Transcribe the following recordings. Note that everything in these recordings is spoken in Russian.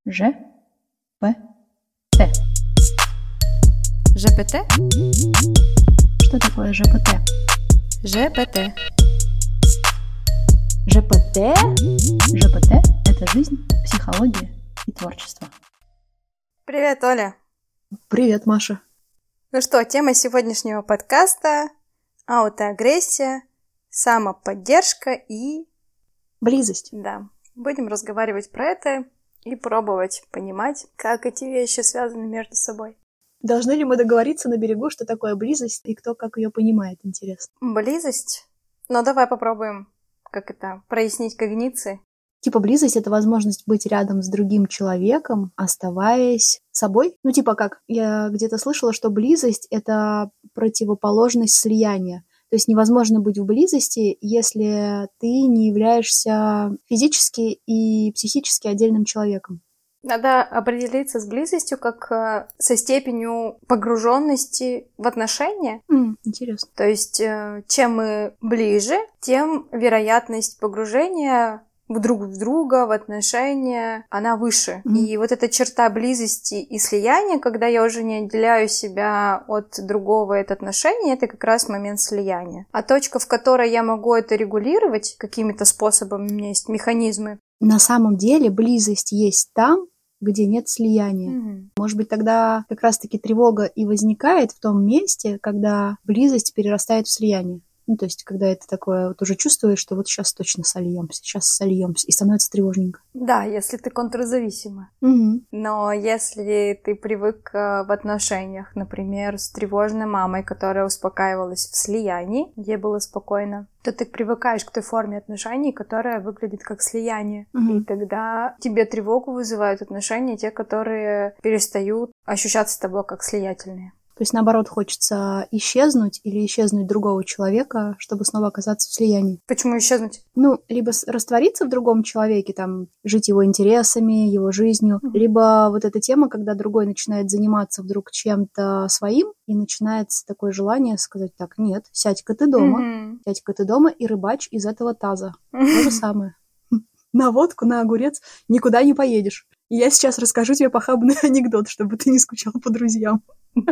Ж, П, Т. ЖПТ? Что такое ЖПТ? ЖПТ. ЖПТ? ЖПТ – это жизнь, психология и творчество. Привет, Оля. Привет, Маша. Ну что, тема сегодняшнего подкаста – аутоагрессия, самоподдержка и… Близость. Да, будем разговаривать про это и пробовать понимать, как эти вещи связаны между собой. Должны ли мы договориться на берегу, что такое близость и кто как ее понимает, интересно? Близость? Ну, давай попробуем, как это, прояснить когниции. Типа близость – это возможность быть рядом с другим человеком, оставаясь собой. Ну, типа как, я где-то слышала, что близость – это противоположность слияния. То есть невозможно быть в близости, если ты не являешься физически и психически отдельным человеком. Надо определиться с близостью как со степенью погруженности в отношения. Интересно. То есть, чем мы ближе, тем вероятность погружения друг в друга, в отношения, она выше. И вот эта черта близости и слияния, когда я уже не отделяю себя от другого, это отношения, это как раз момент слияния. А точка, в которой я могу это регулировать какими-то способами, у меня есть механизмы. На самом деле близость есть там, где нет слияния. Может быть, тогда как раз-таки тревога и возникает в том месте, когда близость перерастает в слияние. Ну, то есть, когда это такое, вот уже чувствуешь, что вот сейчас точно сольемся, и становится тревожненько. Да, если ты контрзависима. Но если ты привык в отношениях, например, с тревожной мамой, которая успокаивалась в слиянии, где было спокойно, то ты привыкаешь к той форме отношений, которая выглядит как слияние. И тогда тебе тревогу вызывают отношения, те, которые перестают ощущаться с тобой как слиятельные. То есть, наоборот, хочется исчезнуть или исчезнуть другого человека, чтобы снова оказаться в слиянии. Почему исчезнуть? Ну, либо раствориться в другом человеке, там, жить его интересами, его жизнью, либо вот эта тема, когда другой начинает заниматься вдруг чем-то своим, и начинается такое желание сказать: так, нет, сядь-ка ты дома и рыбачь из этого таза. То же самое. На водку, на огурец никуда не поедешь. И я сейчас расскажу тебе похабный анекдот, чтобы ты не скучал по друзьям.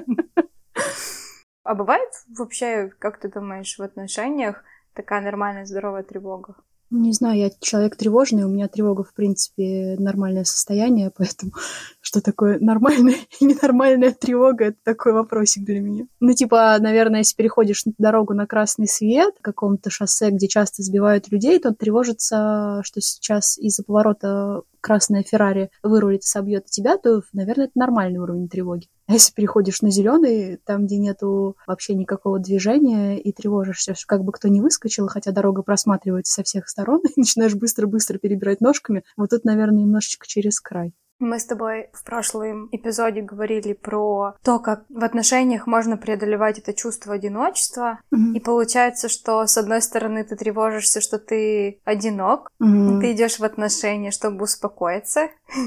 А бывает вообще, как ты думаешь, в отношениях такая нормальная, здоровая тревога? Не знаю, я человек тревожный, у меня тревога, в принципе, нормальное состояние, поэтому что такое нормальная и ненормальная тревога, это такой вопросик для меня. Ну, типа, наверное, если переходишь дорогу на красный свет, в каком-то шоссе, где часто сбивают людей, то тревожится, что сейчас из-за поворота красная Феррари вырулит и собьет тебя, то, наверное, это нормальный уровень тревоги. А если переходишь на зеленый, там, где нету вообще никакого движения, и тревожишься, как бы кто ни выскочил, хотя дорога просматривается со всех сторон, и начинаешь быстро-быстро перебирать ножками, вот тут, наверное, немножечко через край. Мы с тобой в прошлом эпизоде говорили про то, как в отношениях можно преодолевать это чувство одиночества. И получается, что с одной стороны ты тревожишься, что ты одинок, ты идешь в отношения, чтобы успокоиться,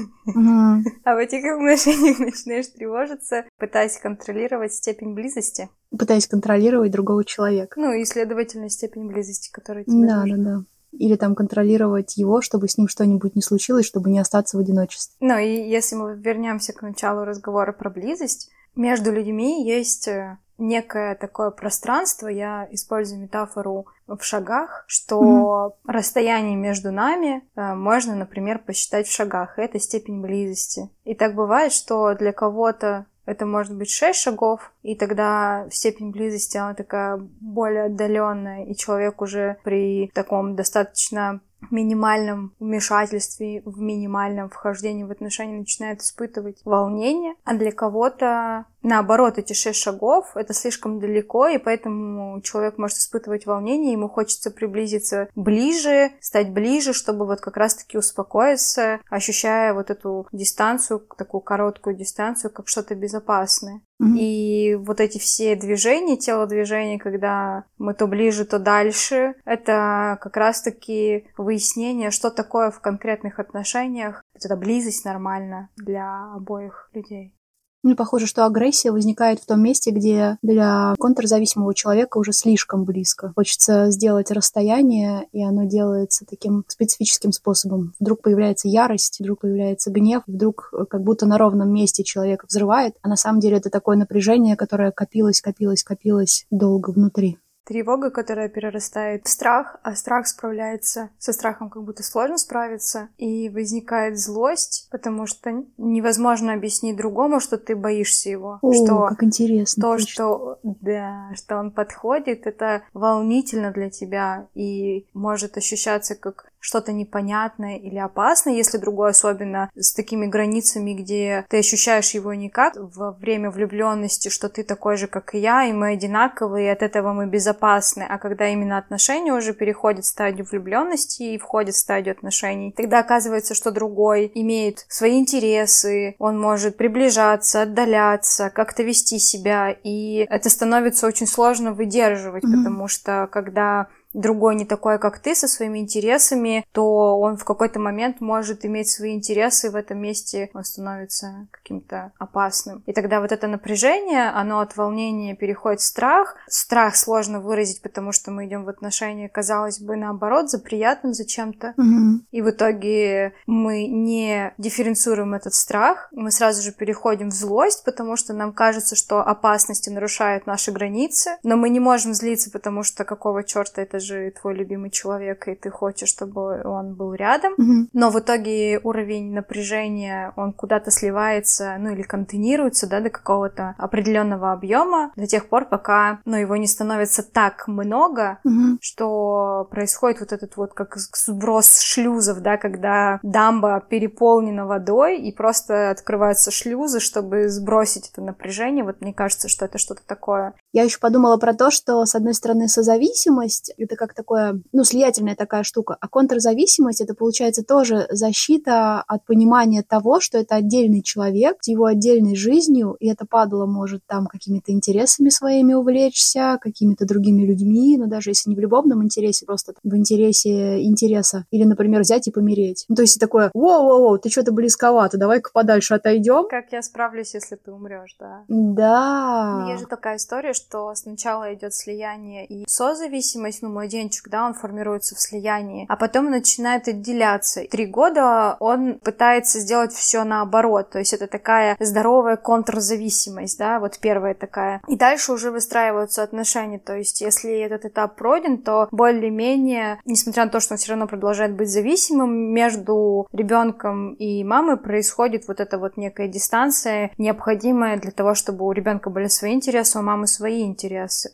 а в этих отношениях начинаешь тревожиться, пытаясь контролировать степень близости. Пытаясь контролировать другого человека. Ну и, следовательно, степень близости, которая тебе нужна. Да. Или там контролировать его, чтобы с ним что-нибудь не случилось, чтобы не остаться в одиночестве. Ну и если мы вернемся к началу разговора про близость, между людьми есть некое такое пространство, я использую метафору в шагах, что расстояние между нами можно, например, посчитать в шагах. Это степень близости. И так бывает, что для кого-то это может быть 6 шагов, и тогда степень близости, она такая более отдаленная, и человек уже при таком достаточно минимальном вмешательстве, в минимальном вхождении в отношения начинает испытывать волнение, а для кого-то, наоборот, эти 6 шагов — это слишком далеко, и поэтому человек может испытывать волнение, ему хочется приблизиться ближе, стать ближе, чтобы вот как раз-таки успокоиться, ощущая вот эту дистанцию, такую короткую дистанцию, как что-то безопасное. И вот эти все движения, телодвижения, когда мы то ближе, то дальше, это как раз-таки выяснение, что такое в конкретных отношениях. Это близость нормальна для обоих людей. Ну, похоже, что агрессия возникает в том месте, где для контрзависимого человека уже слишком близко. Хочется сделать расстояние, и оно делается таким специфическим способом. Вдруг появляется ярость, вдруг появляется гнев, вдруг как будто на ровном месте человека взрывает, а на самом деле это такое напряжение, которое копилось долго внутри. Тревога, которая перерастает в страх, а страх справляется. Со страхом как будто сложно справиться, и возникает злость, потому что невозможно объяснить другому, что ты боишься его. О, как интересно. То, что он подходит, это волнительно для тебя и может ощущаться как что-то непонятное или опасное, если другой особенно с такими границами, где ты ощущаешь его не как во время влюбленности, что ты такой же, как и я, и мы одинаковые, и от этого мы безопасны, а когда именно отношения уже переходят в стадию влюбленности и входят в стадию отношений, тогда оказывается, что другой имеет свои интересы, он может приближаться, отдаляться, как-то вести себя, и это становится очень сложно выдерживать, потому что когда другой не такой, как ты, со своими интересами, то он в какой-то момент может иметь свои интересы, и в этом месте он становится каким-то опасным. И тогда вот это напряжение, оно от волнения переходит в страх. Страх сложно выразить, потому что мы идем в отношения, казалось бы, наоборот, за приятным, за чем-то. И в итоге мы не дифференцируем этот страх, мы сразу же переходим в злость, потому что нам кажется, что опасности нарушают наши границы, но мы не можем злиться, потому что какого черта, это же твой любимый человек, и ты хочешь, чтобы он был рядом. Но в итоге уровень напряжения, он куда-то сливается, ну или контейнируется, да, до какого-то определенного объема до тех пор, пока, ну, его не становится так много, что происходит вот этот вот как сброс шлюзов, да, когда дамба переполнена водой, и просто открываются шлюзы, чтобы сбросить это напряжение. Вот мне кажется, что это что-то такое. Я еще подумала про то, что, с одной стороны, созависимость — это как такое, ну, слиятельная такая штука, а контрзависимость — это, получается, тоже защита от понимания того, что это отдельный человек с его отдельной жизнью, и это падало может там какими-то интересами своими увлечься, какими-то другими людьми, но даже если не в любовном интересе, просто в интересе интереса, или, например, взять и помереть. Ну, то есть такое: воу-воу-воу, ты что-то близковато, давай-ка подальше отойдем. Как я справлюсь, если ты умрешь, да? Да. Есть же такая история, что сначала идет слияние и созависимость, ну, младенчик, да, он формируется в слиянии, а потом начинает отделяться. 3 года он пытается сделать все наоборот, то есть это такая здоровая контрзависимость, да, вот первая такая. И дальше уже выстраиваются отношения, то есть если этот этап пройден, то более-менее, несмотря на то, что он все равно продолжает быть зависимым, между ребенком и мамой происходит вот эта вот некая дистанция, необходимая для того, чтобы у ребенка были свои интересы, у мамы свои интересы.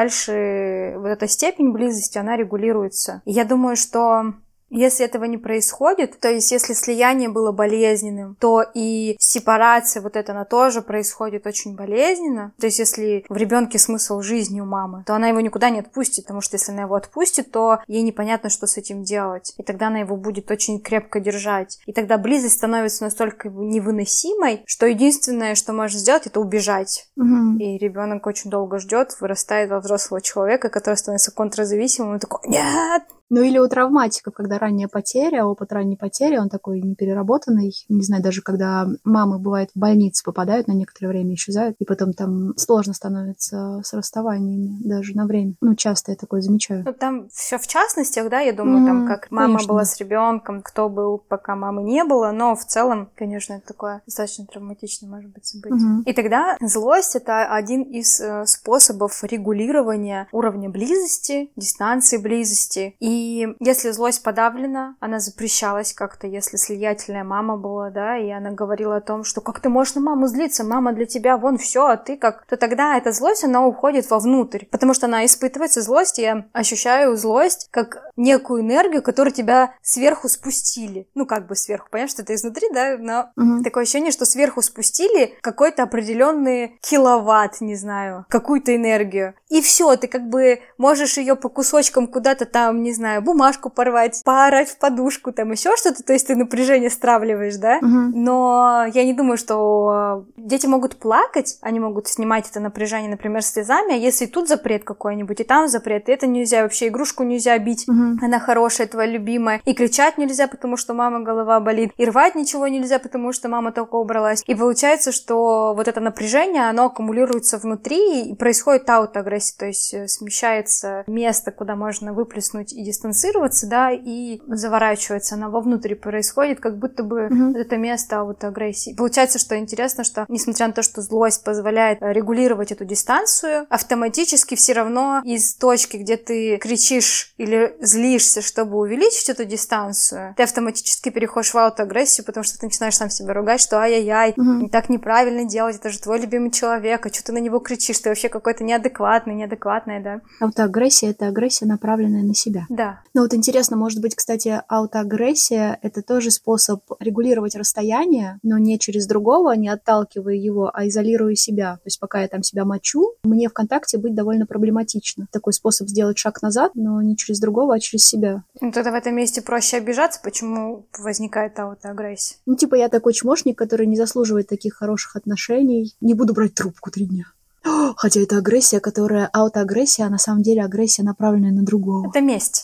Дальше вот эта степень близости, она регулируется. И я думаю, что если этого не происходит, то есть если слияние было болезненным, то и сепарация вот эта, она тоже происходит очень болезненно. То есть если в ребенке смысл жизни у мамы, то она его никуда не отпустит, потому что если она его отпустит, то ей непонятно, что с этим делать. И тогда она его будет очень крепко держать. И тогда близость становится настолько невыносимой, что единственное, что можно сделать, это убежать. И ребенок очень долго ждет, вырастает во взрослого человека, который становится контрзависимым, и такой: нет! Ну или у травматиков, когда ранняя потеря, опыт ранней потери, он такой непереработанный. Не знаю, даже когда мамы, бывает, в больницу попадают, на некоторое время исчезают, и потом там сложно становится с расставаниями даже на время. Ну, часто я такое замечаю. Ну, там все в частностях, да, я думаю, там как мама конечно, была с ребенком, кто был, пока мамы не было, но в целом, конечно, это такое достаточно травматичное, может быть, событие. И тогда злость — это один из способов регулирования уровня близости, дистанции близости. И если злость подавлена, она запрещалась как-то, если слиятельная мама была, да, и она говорила о том, что как ты можешь на маму злиться, мама для тебя вон все, а ты как, то тогда эта злость, она уходит вовнутрь, потому что она испытывается злость, и я ощущаю злость как некую энергию, которую тебя сверху спустили. Ну, как бы сверху, понятно, что это изнутри, да, но такое ощущение, что сверху спустили какой-то определенный киловатт, не знаю, какую-то энергию. И все, ты как бы можешь ее по кусочкам куда-то там, не знаю, знаю, бумажку порвать, поорать в подушку, там еще что-то, то есть ты напряжение стравливаешь, да? Но я не думаю, что дети могут плакать, они могут снимать это напряжение, например, слезами, а если тут запрет какой-нибудь, и там запрет, и это нельзя, вообще игрушку нельзя бить, она хорошая, твоя любимая, и кричать нельзя, потому что мама голова болит, и рвать ничего нельзя, потому что мама только убралась. И получается, что вот это напряжение, оно аккумулируется внутри, и происходит аутоагрессия, то есть смещается место, куда можно выплеснуть и дистанцироваться, да, и заворачивается она вовнутрь, происходит, как будто бы вот это место аутоагрессии. Получается, что интересно, что несмотря на то, что злость позволяет регулировать эту дистанцию, автоматически все равно из точки, где ты кричишь или злишься, чтобы увеличить эту дистанцию, ты автоматически переходишь в аутоагрессию, потому что ты начинаешь сам себя ругать, что ай-яй-яй, так неправильно делать, это же твой любимый человек, а что ты на него кричишь, ты вообще какой-то неадекватная, да. Аутоагрессия — это агрессия, направленная на себя. Да. Ну вот интересно, может быть, кстати, аутоагрессия — это тоже способ регулировать расстояние, но не через другого, не отталкивая его, а изолируя себя. То есть пока я там себя мочу, мне в контакте быть довольно проблематично. Такой способ сделать шаг назад, но не через другого, а через себя. Ну тогда в этом месте проще обижаться, почему возникает аутоагрессия? Ну типа я такой чмошник, который не заслуживает таких хороших отношений. Не буду брать трубку 3 дня. Хотя это агрессия, которая аутоагрессия, а на самом деле агрессия, направленная на другого. Это месть.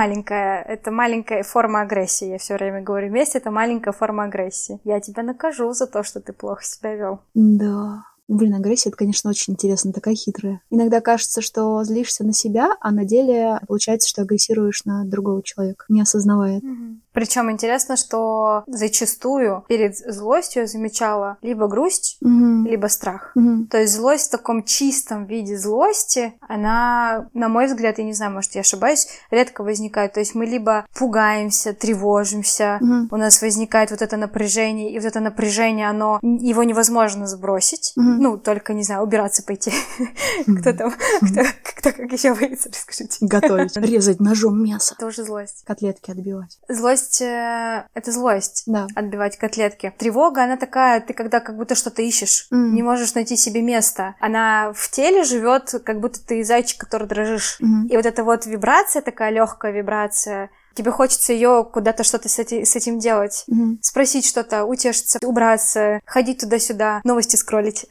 Это маленькая форма агрессии. Я все время говорю, месть — это маленькая форма агрессии. Я тебя накажу за то, что ты плохо себя вел. Да. Блин, агрессия — это, конечно, очень интересно, такая хитрая. Иногда кажется, что злишься на себя, а на деле получается, что агрессируешь на другого человека, не осознавая это. Причем интересно, что зачастую перед злостью я замечала либо грусть, либо страх. То есть злость в таком чистом виде злости, она, на мой взгляд, я не знаю, может, я ошибаюсь, редко возникает. То есть мы либо пугаемся, тревожимся, у нас возникает вот это напряжение, и вот это напряжение, его невозможно сбросить. Ну, только, не знаю, убираться пойти. Кто там, кто как еще боится, расскажите. Готовить, резать ножом мясо. Это уже злость. Котлетки отбивать. Злость — это злость, да. Отбивать котлетки. Тревога, она такая, ты когда как будто что-то ищешь, не можешь найти себе место. Она в теле живет, как будто ты зайчик, который дрожишь. И вот эта вот вибрация, такая легкая вибрация, тебе хочется ее куда-то что-то с этим делать. Спросить что-то, утешиться, убраться, ходить туда-сюда, новости скроллить.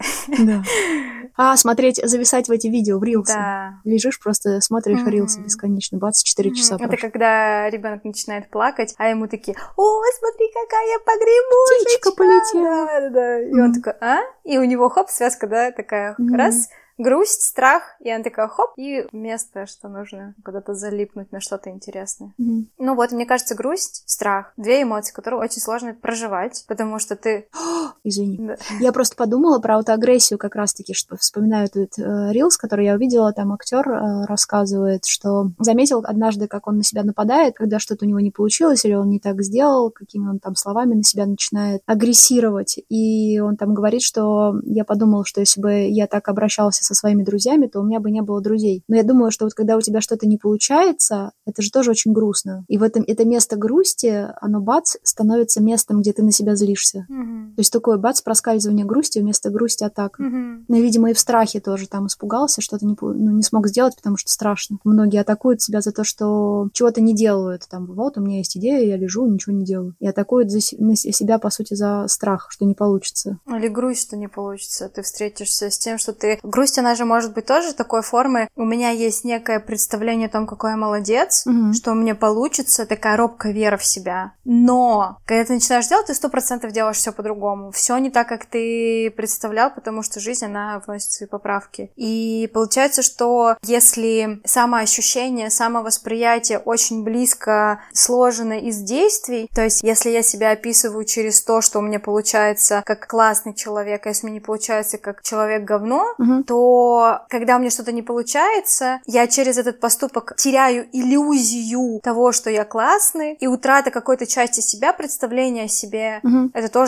Да. Зависать в эти видео, в рилсы. Да. Лежишь, просто смотришь рилсы бесконечно, 24 часа прошло. Это когда ребенок начинает плакать, а ему такие: о, смотри, какая погремушечка! Птичка полетела. Да. И он такой: а? И у него хоп, связка, да, такая, раз, грусть, страх, и она такая хоп, и место, что нужно куда-то залипнуть на что-то интересное. Ну вот, мне кажется, грусть, страх — 2 эмоции, которые очень сложно проживать, потому что ты... Извини. Да. Я просто подумала про аутоагрессию как раз-таки, что вспоминаю этот рилс, который я увидела, там актер рассказывает, что заметил однажды, как он на себя нападает, когда что-то у него не получилось, или он не так сделал, какими он там словами на себя начинает агрессировать. И он там говорит, что я подумала, что если бы я так обращался со своими друзьями, то у меня бы не было друзей. Но я думаю, что вот когда у тебя что-то не получается, это же тоже очень грустно. И в этом это место грусти, оно бац, становится местом, где ты на себя злишься. То есть такое бац, проскальзывание грусти вместо грусти атака. Ну, видимо, и в страхе тоже там испугался, что-то не смог сделать, потому что страшно. Многие атакуют себя за то, что чего-то не делают. Там, вот, у меня есть идея, я лежу, ничего не делаю. И атакуют на себя, по сути, за страх, что не получится. Или грусть, что не получится. Ты встретишься с тем, что ты... Грусть, она же может быть тоже такой формы. У меня есть некое представление о том, какой я молодец, что у меня получится, такая робкая вера в себя. Но, когда ты начинаешь делать, ты 100% делаешь все по-другому. Все не так, как ты представлял, потому что жизнь, она вносит свои поправки. И получается, что если самоощущение, самовосприятие очень близко сложено из действий, то есть если я себя описываю через то, что у меня получается как классный человек, а если у меня не получается как человек-говно, то когда у меня что-то не получается, я через этот поступок теряю иллюзию того, что я классный, и утрата какой-то части себя, представления о себе, это тоже утрата.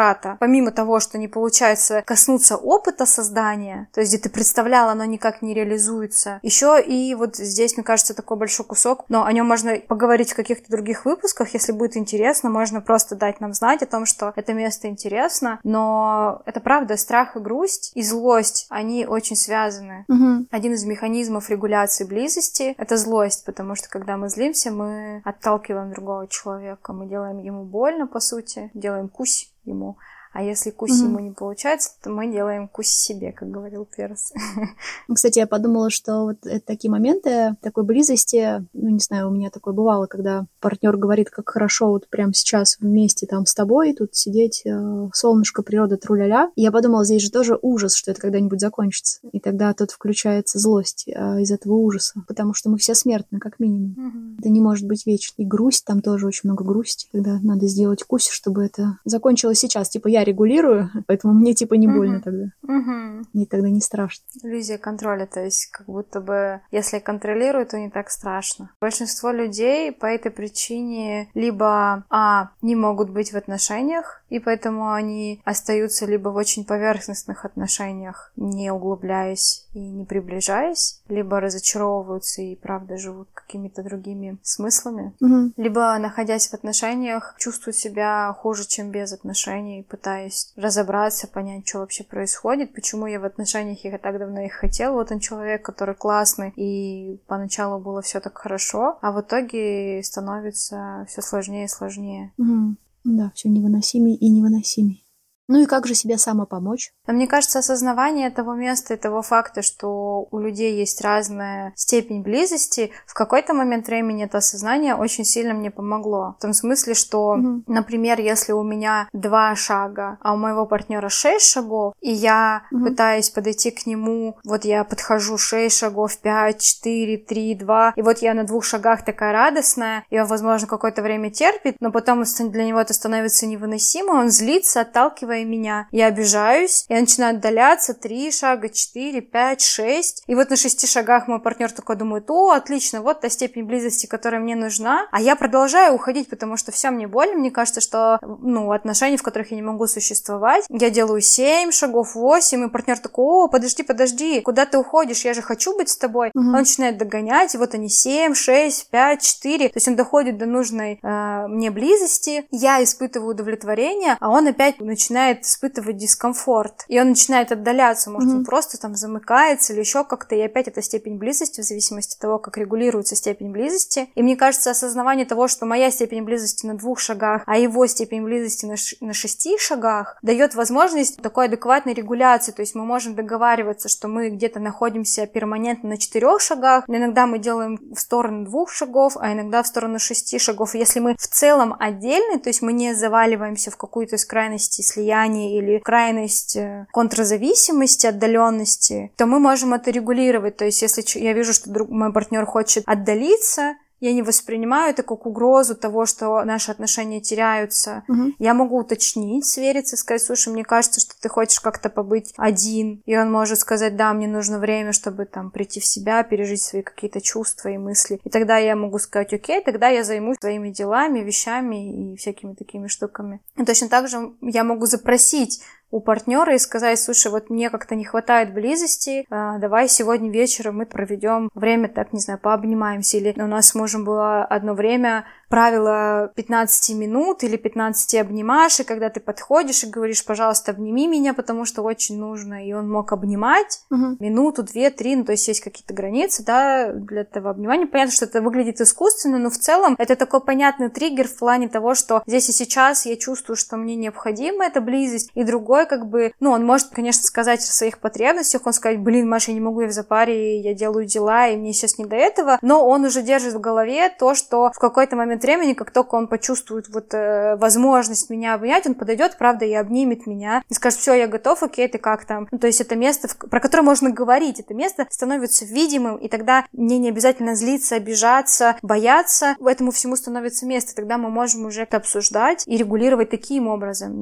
утрата. Помимо того, что не получается коснуться опыта создания, то есть где ты представляла, оно никак не реализуется. Еще и вот здесь, мне кажется, такой большой кусок, но о нем можно поговорить в каких-то других выпусках, если будет интересно, можно просто дать нам знать о том, что это место интересно, но это правда, страх и грусть, и злость, они очень связаны. Один из механизмов регуляции близости — это злость, потому что когда мы злимся, мы отталкиваем другого человека, мы делаем ему больно, по сути, делаем кусь ему. А если кусь ему не получается, то мы делаем кусь себе, как говорил Перс. Кстати, я подумала, что вот такие моменты такой близости, ну, не знаю, у меня такое бывало, когда партнер говорит, как хорошо вот прямо сейчас вместе там с тобой, тут сидеть, солнышко, природа, тру-ля-ля. И я подумала, здесь же тоже ужас, что это когда-нибудь закончится. И тогда тут включается злость из этого ужаса, потому что мы все смертны, как минимум. Это не может быть вечно. И грусть, там тоже очень много грусти, когда надо сделать кусь, чтобы это закончилось сейчас. Типа я регулирую, поэтому мне типа не больно тогда. Мне тогда не страшно. Иллюзия контроля, то есть как будто бы если я контролирую, то не так страшно. Большинство людей по этой причине либо не могут быть в отношениях, и поэтому они остаются либо в очень поверхностных отношениях, не углубляясь и не приближаясь, либо разочаровываются и правда живут какими-то другими смыслами, либо, находясь в отношениях, чувствуют себя хуже, чем без отношений, пытаясь разобраться, понять, что вообще происходит, почему я в отношениях, я так давно их хотела. Вот он человек, который классный, и поначалу было все так хорошо, а в итоге становится все сложнее и сложнее. Да, все невыносимее и невыносимее. Ну и как же себе самопомочь? Но мне кажется, осознавание того места и того факта, что у людей есть разная степень близости, в какой-то момент времени это осознание очень сильно мне помогло. В том смысле, что, например, если у меня 2 шага, а у моего партнера 6 шагов, и я пытаюсь подойти к нему, вот я подхожу 6 шагов, 5, 4, 3, 2, и вот я на 2 шагах такая радостная, и он, возможно, какое-то время терпит, но потом для него это становится невыносимо, он злится, отталкивая меня. Я обижаюсь, я начинаю отдаляться, 3 шага, 4, 5, 6. И вот на 6 шагах мой партнер такой думает: о, отлично, вот та степень близости, которая мне нужна. А я продолжаю уходить, потому что все мне больно. Мне кажется, что, отношения, в которых я не могу существовать. Я делаю 7 шагов, 8, и партнер такой: о, подожди, куда ты уходишь? Я же хочу быть с тобой. Он начинает догонять, и вот они 7, 6, 5, 4. То есть он доходит до нужной мне близости. Я испытываю удовлетворение, а он опять начинает испытывать дискомфорт. И он начинает отдаляться, может, он просто там замыкается или еще как-то, и опять это степень близости в зависимости от того, как регулируется степень близости. И мне кажется, осознавание того, что моя степень близости на 2 шагах, а его степень близости на 6 шагах, дает возможность такой адекватной регуляции. То есть мы можем договариваться, что мы где-то находимся перманентно на 4 шагах, но иногда мы делаем в сторону 2 шагов, а иногда в сторону 6 шагов. И если мы в целом отдельны, то есть мы не заваливаемся в какую-то из крайностей слияния или крайность контрзависимости, отдаленности, то мы можем это регулировать. То есть если я вижу, что мой партнер хочет отдалиться, я не воспринимаю это как угрозу того, что наши отношения теряются. Я могу уточнить, свериться, сказать: слушай, мне кажется, что ты хочешь как-то побыть один. И он может сказать: да, мне нужно время, чтобы там прийти в себя, пережить свои какие-то чувства и мысли. И тогда я могу сказать: окей, тогда я займусь своими делами, вещами и всякими такими штуками. И точно так же я могу запросить у партнера и сказать: слушай, вот мне как-то не хватает близости, давай сегодня вечером мы проведем время, так, не знаю, пообнимаемся. Или у нас с мужем было одно время правило 15 минут или 15 обнимашек, когда ты подходишь и говоришь: пожалуйста, обними меня, потому что очень нужно. И он мог обнимать минуту, 2, 3, то есть есть какие-то границы, да, для этого обнимания. Понятно, что это выглядит искусственно, но в целом это такой понятный триггер в плане того, что здесь и сейчас я чувствую, что мне необходима эта близость, и другой он может, конечно, сказать о своих потребностях, он сказать: блин, Маша, я не могу, я в запаре, я делаю дела, и мне сейчас не до этого, но он уже держит в голове то, что в какой-то момент времени, как только он почувствует возможность меня обнять, он подойдет, правда, и обнимет меня, и скажет: все, я готов, окей, ты как там? То есть это место, про которое можно говорить, это место становится видимым, и тогда мне не обязательно злиться, обижаться, бояться, этому всему становится место, тогда мы можем уже это обсуждать и регулировать таким образом, не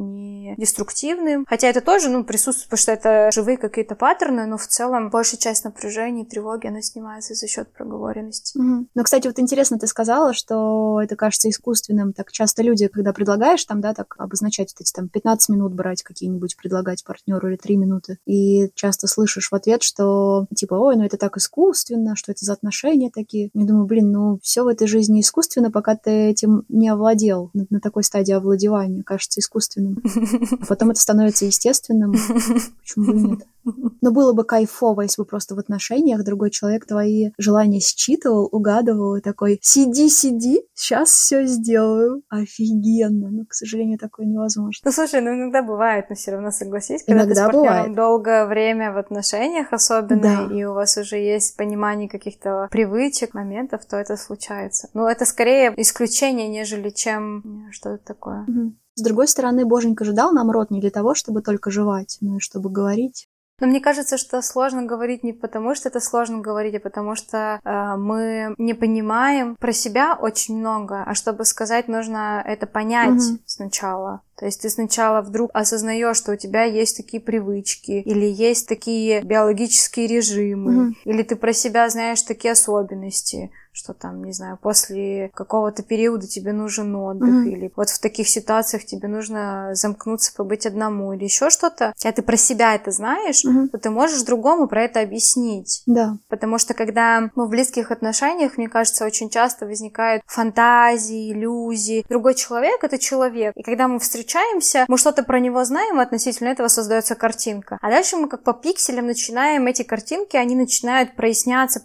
не деструктивным. Хотя это тоже, присутствует, потому что это живые какие-то паттерны, но в целом большая часть напряжения, тревоги, она снимается за счет проговоренности. Ну, кстати, вот интересно, ты сказала, что это кажется искусственным. Так часто люди, когда предлагаешь там, да, так обозначать вот эти там 15 минут брать какие-нибудь, предлагать партнеру или 3 минуты, и часто слышишь в ответ, что типа, ой, это так искусственно, что это за отношения такие. Я думаю, все в этой жизни искусственно, пока ты этим не овладел. На такой стадии овладевания кажется искусственным. А потом это становится естественным. Почему бы и нет? Но было бы кайфово, если бы просто в отношениях другой человек твои желания считывал, угадывал и такой: сиди, сейчас все сделаю. Офигенно. Но, к сожалению, такое невозможно. Слушай, иногда бывает, но все равно согласись, когда иногда ты с партнером бывает. долгое время в отношениях особенно, Да. и у вас уже есть понимание каких-то привычек, моментов, то это случается. Это скорее исключение, нежели чем что-то такое. С другой стороны, Боженька же дал нам рот не для того, чтобы только жевать, но и чтобы говорить. Но мне кажется, что сложно говорить не потому, что это сложно говорить, а потому что мы не понимаем про себя очень много, а чтобы сказать, нужно это понять сначала. То есть ты сначала вдруг осознаешь, что у тебя есть такие привычки, или есть такие биологические режимы, или ты про себя знаешь такие особенности, что там, не знаю, после какого-то периода тебе нужен отдых, или вот в таких ситуациях тебе нужно замкнуться, побыть одному, или еще что-то. Когда ты про себя это знаешь, то ты можешь другому про это объяснить. Да. Потому что когда мы в близких отношениях, мне кажется, очень часто возникают фантазии, иллюзии. Другой человек — это человек. И когда мы встречаемся, мы что-то про него знаем, и относительно этого создается картинка. А дальше мы как по пикселям начинаем эти картинки, они начинают проясняться,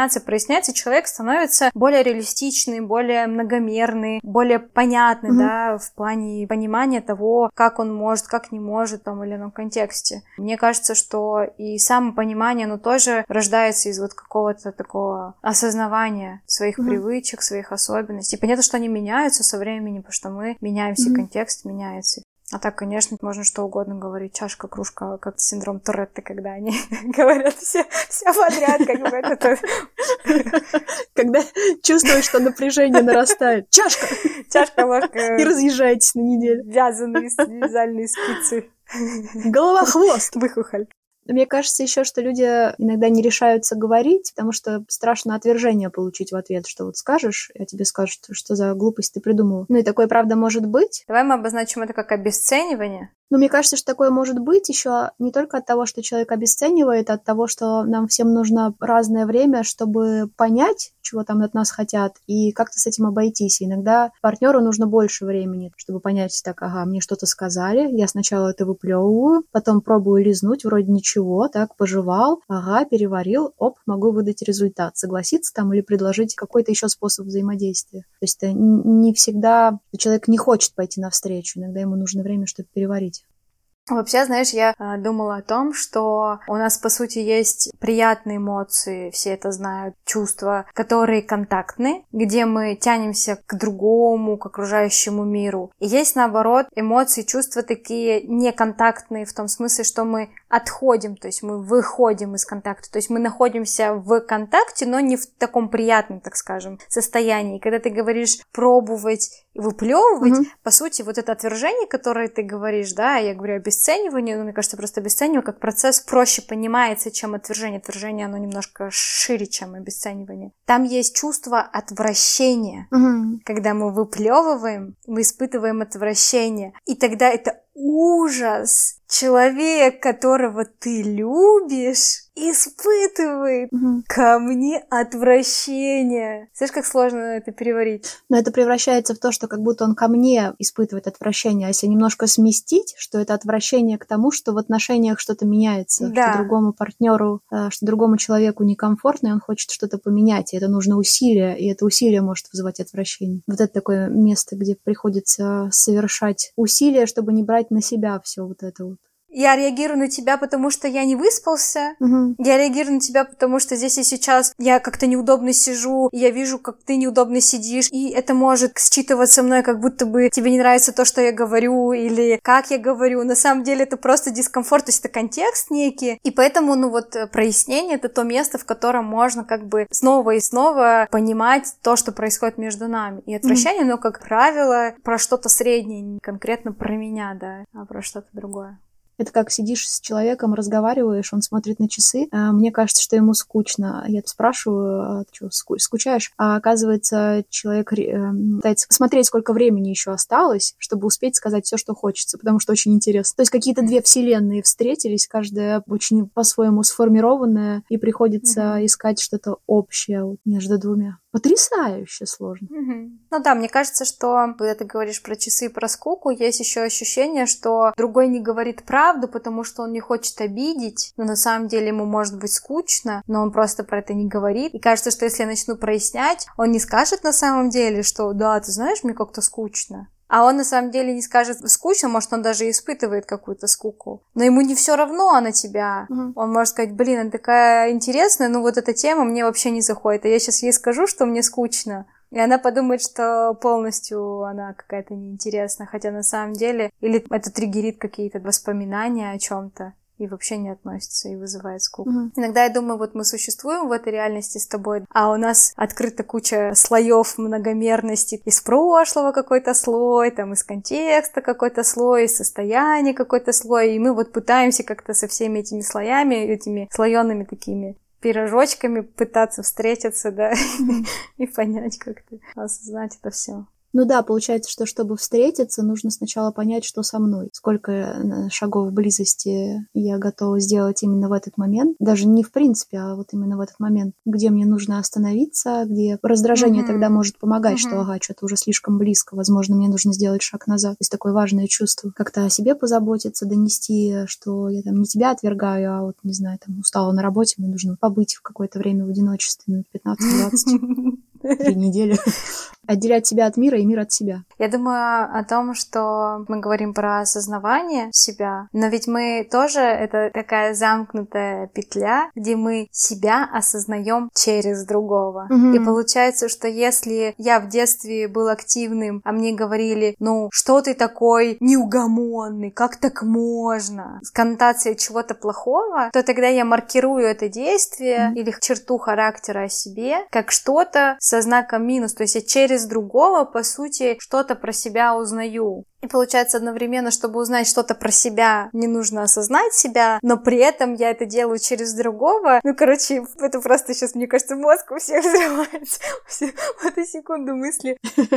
и человек становится более реалистичный, более многомерный, более понятный, да, в плане понимания того, как он может, как не может в том или ином контексте. Мне кажется, что и самопонимание, оно тоже рождается из вот какого-то такого осознавания своих привычек, своих особенностей. И понятно, что они меняются со временем, потому что мы меняемся, и контекст меняется. А так, конечно, можно что угодно говорить. Чашка, кружка, как синдром Туретта, когда они говорят все подряд, как бы это... Когда чувствуешь, что напряжение нарастает. Чашка! Чашка, ложка. И разъезжаетесь на неделю. Вязаные вязальные спицы. Голова-хвост! Выхухоль. Мне кажется еще, что люди иногда не решаются говорить, потому что страшно отвержение получить в ответ, что вот скажешь, а тебе скажут, что за глупость ты придумала. И такое, правда, может быть. Давай мы обозначим это как обесценивание. Но мне кажется, что такое может быть еще не только от того, что человек обесценивает, а от того, что нам всем нужно разное время, чтобы понять, чего там от нас хотят, и как-то с этим обойтись. И иногда партнеру нужно больше времени, чтобы понять, так, ага, мне что-то сказали, я сначала это выплевываю, потом пробую лизнуть, вроде ничего, так, пожевал, ага, переварил, оп, могу выдать результат. Согласиться там или предложить какой-то еще способ взаимодействия. То есть это не всегда человек не хочет пойти навстречу, иногда ему нужно время, чтобы переварить. Вообще, знаешь, я думала о том, что у нас, по сути, есть приятные эмоции, все это знают, чувства, которые контактны, где мы тянемся к другому, к окружающему миру. И есть, наоборот, эмоции, чувства такие неконтактные, в том смысле, что мы отходим, то есть мы выходим из контакта, то есть мы находимся в контакте, но не в таком приятном, так скажем, состоянии. И когда ты говоришь пробовать и выплевывать, по сути, вот это отвержение, которое ты говоришь, да, я говорю обесценивание, но мне кажется, просто обесценивание как процесс проще понимается, чем отвержение. Отвержение, оно немножко шире, чем обесценивание. Там есть чувство отвращения. Когда мы выплевываем, мы испытываем отвращение. И тогда это ужас. Человек, которого ты любишь, испытывает ко мне отвращение. Знаешь, как сложно это переварить? Но это превращается в то, что как будто он ко мне испытывает отвращение. А если немножко сместить, что это отвращение к тому, что в отношениях что-то меняется, да. Что другому партнеру, что другому человеку некомфортно, и он хочет что-то поменять, и это нужно усилие, и это усилие может вызывать отвращение. Вот это такое место, где приходится совершать усилия, чтобы не брать на себя все вот это вот. Я реагирую на тебя, потому что я не выспался. Я реагирую на тебя, потому что здесь и сейчас я как-то неудобно сижу, и я вижу, как ты неудобно сидишь, и это может считываться мной, как будто бы тебе не нравится то, что я говорю, или как я говорю. На самом деле это просто дискомфорт, то есть это контекст некий. И поэтому, прояснение — это то место, в котором можно как бы снова и снова понимать то, что происходит между нами. И отвращение, как правило, про что-то среднее, не конкретно про меня, да, а про что-то другое. Это как сидишь с человеком, разговариваешь, он смотрит на часы, а мне кажется, что ему скучно. Я спрашиваю, а ты что, скучаешь? А оказывается, человек пытается посмотреть, сколько времени еще осталось, чтобы успеть сказать все, что хочется, потому что очень интересно. То есть какие-то две вселенные встретились, каждая очень по-своему сформированная, и приходится искать что-то общее между двумя. Потрясающе сложно. Ну да, мне кажется, что когда ты говоришь про часы и про скуку, есть еще ощущение, что другой не говорит правду, потому что он не хочет обидеть, но на самом деле ему может быть скучно, но он просто про это не говорит. И кажется, что если я начну прояснять, он не скажет на самом деле, что да, ты знаешь, мне как-то скучно. А он на самом деле не скажет скучно, может, он даже испытывает какую-то скуку. Но ему не все равно на тебя. Он может сказать, блин, она такая интересная, но вот эта тема мне вообще не заходит. А я сейчас ей скажу, что мне скучно. И она подумает, что полностью она какая-то неинтересная. Хотя на самом деле... Или это триггерит какие-то воспоминания о чем-то. И вообще не относится, и вызывает скуку. Иногда я думаю, вот мы существуем в этой реальности с тобой, а у нас открыта куча слоев многомерности. Из прошлого какой-то слой, там из контекста какой-то слой, из состояния какой-то слой. И мы вот пытаемся как-то со всеми этими слоями, этими слоеными такими пирожочками пытаться встретиться, да, и понять как-то, осознать это все. Ну да, получается, что чтобы встретиться, нужно сначала понять, что со мной. Сколько шагов близости я готова сделать именно в этот момент. Даже не в принципе, а вот именно в этот момент. Где мне нужно остановиться, где раздражение тогда может помогать, что ага, что-то уже слишком близко. Возможно, мне нужно сделать шаг назад. То есть такое важное чувство. Как-то о себе позаботиться, донести, что я там не тебя отвергаю, а вот, не знаю, там устала на работе, мне нужно побыть в какое-то время в одиночестве, минут 15-20. 3 недели. Отделять себя от мира и мир от себя. Я думаю о том, что мы говорим про осознавание себя, но ведь мы тоже, это такая замкнутая петля, где мы себя осознаем через другого. И получается, что если я в детстве был активным, а мне говорили, ну, что ты такой неугомонный, как так можно? С коннотацией чего-то плохого, то тогда я маркирую это действие или черту характера о себе как что-то со знаком минус. То есть я через другого, по сути, что-то про себя узнаю. И получается одновременно, чтобы узнать что-то про себя, не нужно осознать себя, но при этом я это делаю через другого. Ну, короче, это просто сейчас, мне кажется, мозг у всех взрывается. В эту секунду мысли.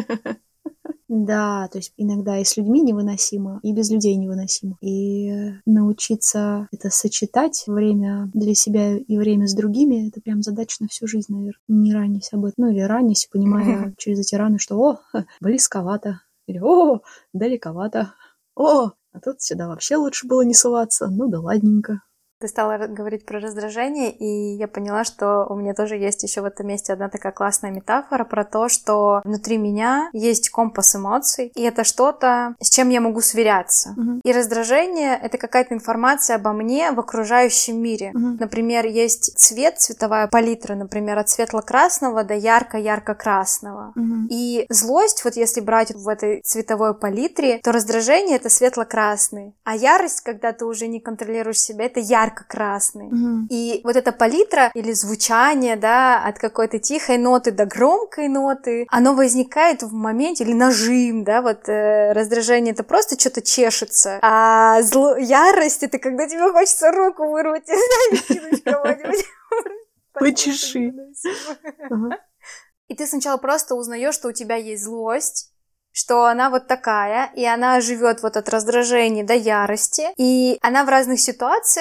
Да, то есть иногда и с людьми невыносимо, и без людей невыносимо. И научиться это сочетать, время для себя и время с другими, это прям задача на всю жизнь, наверное. Не ранясь об этом. Ну, или ранясь, понимая через эти раны, что близковато. Или далековато. А тут сюда вообще лучше было не соваться. Ну да ладненько. Ты стала говорить про раздражение, и я поняла, что у меня тоже есть еще в этом месте одна такая классная метафора про то, что внутри меня есть компас эмоций, и это что-то, с чем я могу сверяться. И раздражение — это какая-то информация обо мне в окружающем мире. Например, есть цвет, цветовая палитра, например, от светло-красного до ярко-ярко-красного. И злость, вот если брать в этой цветовой палитре, то раздражение — это светло-красный, а ярость, когда ты уже не контролируешь себя, это ярко-красный. И вот эта палитра или звучание, да, от какой-то тихой ноты до громкой ноты, оно возникает в моменте, или нажим, да, вот раздражение — это просто что-то чешется, а ярость — это когда тебе хочется руку вырвать и кинуть кого-нибудь. Почеши. И ты сначала просто узнаешь, что у тебя есть злость, что она вот такая, и она живет вот от раздражения до ярости, и она в разных ситуациях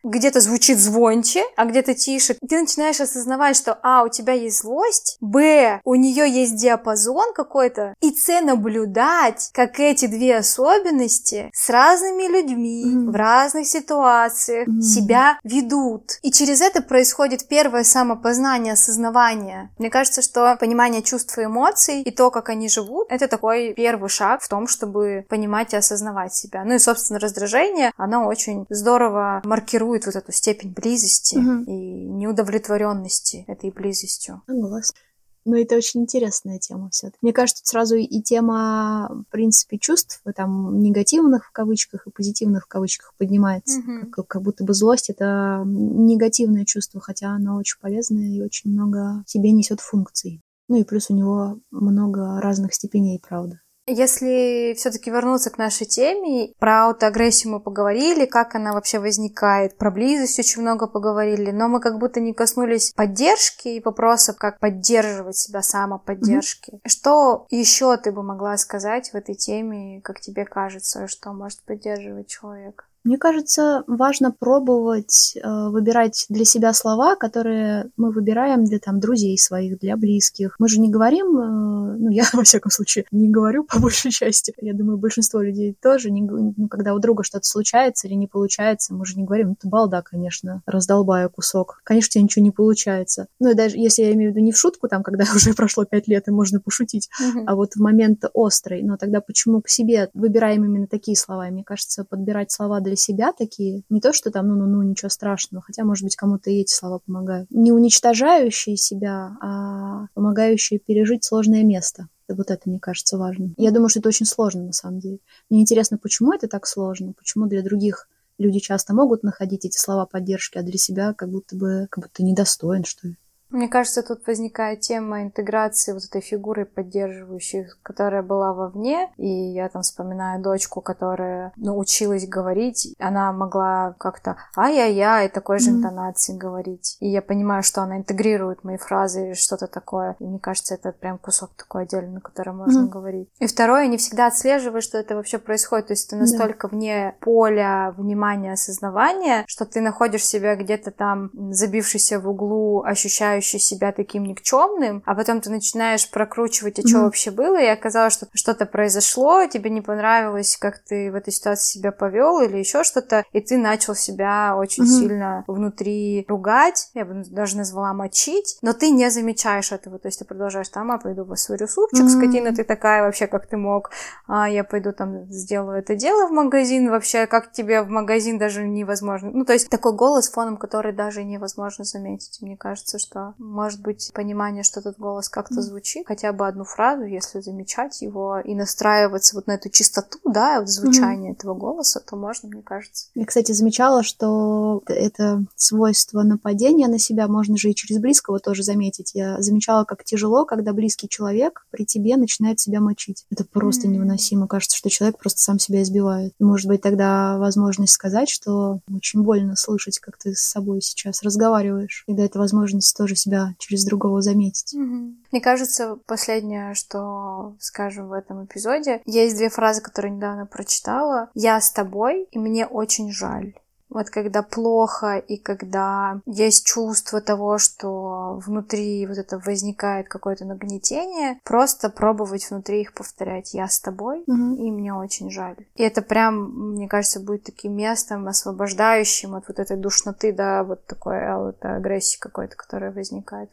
где-то звучит звонче, а где-то тише. Ты начинаешь осознавать, что у тебя есть злость, б, у нее есть диапазон какой-то, и с, наблюдать, как эти две особенности с разными людьми в разных ситуациях себя ведут. И через это происходит первое самопознание, осознавание. Мне кажется, что понимание чувств и эмоций и то, как они живут, это такой первый шаг в том, чтобы понимать и осознавать себя. Ну и, собственно, раздражение, оно очень здорово маркирует вот эту степень близости и неудовлетворенности этой близостью. Согласна. Ну, это очень интересная тема все-таки. Мне кажется, тут сразу и тема, в принципе, чувств, там, негативных в кавычках и позитивных в кавычках поднимается. Как будто бы злость — это негативное чувство, хотя оно очень полезное и очень много в себе несет функций. Ну и плюс у него много разных степеней, правда. Если все-таки вернуться к нашей теме, про аутоагрессию мы поговорили, как она вообще возникает, про близость очень много поговорили, но мы как будто не коснулись поддержки и вопросов, как поддерживать себя, самоподдержки. Что еще ты бы могла сказать в этой теме, как тебе кажется, что может поддерживать человека? Мне кажется, важно пробовать выбирать для себя слова, которые мы выбираем для друзей своих, для близких. Мы же не говорим, я, во всяком случае, не говорю по большей части. Я думаю, большинство людей тоже, когда у друга что-то случается или не получается, мы же не говорим, ты балда, конечно, раздолбая кусок. Конечно, у тебя ничего не получается. Ну и даже если я имею в виду не в шутку, когда уже прошло 5 лет, и можно пошутить, а вот в момент острый. Но тогда почему к себе выбираем именно такие слова? Мне кажется, подбирать слова для себя такие, не то, что ничего страшного, хотя, может быть, кому-то и эти слова помогают. Не уничтожающие себя, а помогающие пережить сложное место. Вот это, мне кажется, важно. Я думаю, что это очень сложно, на самом деле. Мне интересно, почему это так сложно, почему для других люди часто могут находить эти слова поддержки, а для себя как будто недостоин, что ли. Мне кажется, тут возникает тема интеграции вот этой фигуры поддерживающей, которая была вовне, и я вспоминаю дочку, которая училась говорить, она могла как-то ай-яй-яй такой же интонацией говорить, и я понимаю, что она интегрирует мои фразы или что-то такое, и мне кажется, это прям кусок такой отдельный, на котором можно говорить. И второе, не всегда отслеживаешь, что это вообще происходит, то есть ты настолько вне поля внимания, осознавания, что ты находишь себя где-то там, забившийся в углу, ощущающий себя таким никчемным, а потом ты начинаешь прокручивать, что вообще было, и оказалось, что что-то произошло, тебе не понравилось, как ты в этой ситуации себя повел или еще что-то, и ты начал себя очень сильно внутри ругать, я бы даже назвала мочить, но ты не замечаешь этого, то есть ты продолжаешь пойду посварю супчик, скотина ты такая, вообще как ты мог, я пойду сделаю это дело в магазин, вообще как тебе в магазин даже невозможно, то есть такой голос фоном, который даже невозможно заметить, мне кажется, что может быть понимание, что этот голос как-то звучит, хотя бы одну фразу, если замечать его и настраиваться на эту чистоту, звучание этого голоса, то можно, мне кажется. Я, кстати, замечала, что это свойство нападения на себя можно же и через близкого тоже заметить. Я замечала, как тяжело, когда близкий человек при тебе начинает себя мочить. Это просто невыносимо. Кажется, что человек просто сам себя избивает. И, может быть, тогда возможность сказать, что очень больно слышать, как ты с собой сейчас разговариваешь. Когда это возможность тоже себя через другого заметить. Мне кажется, последнее, что скажем в этом эпизоде, есть 2 фразы, которые недавно прочитала. «Я с тобой, и мне очень жаль». Вот когда плохо, и когда есть чувство того, что внутри вот это возникает какое-то нагнетение, просто пробовать внутри их повторять. «Я с тобой, и мне очень жаль». И это прям, мне кажется, будет таким местом, освобождающим от вот этой душноты, вот такой агрессии какой-то, которая возникает.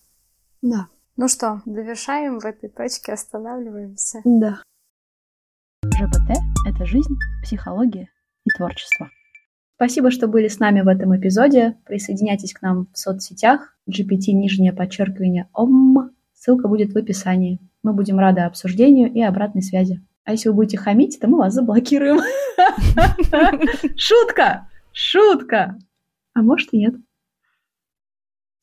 Да. Ну что, завершаем в этой точке, останавливаемся. Да. ЖПТ – это жизнь, психология и творчество. Спасибо, что были с нами в этом эпизоде. Присоединяйтесь к нам в соцсетях GPT_ОМ. Ссылка будет в описании. Мы будем рады обсуждению и обратной связи. А если вы будете хамить, то мы вас заблокируем. Шутка! Шутка! А может и нет.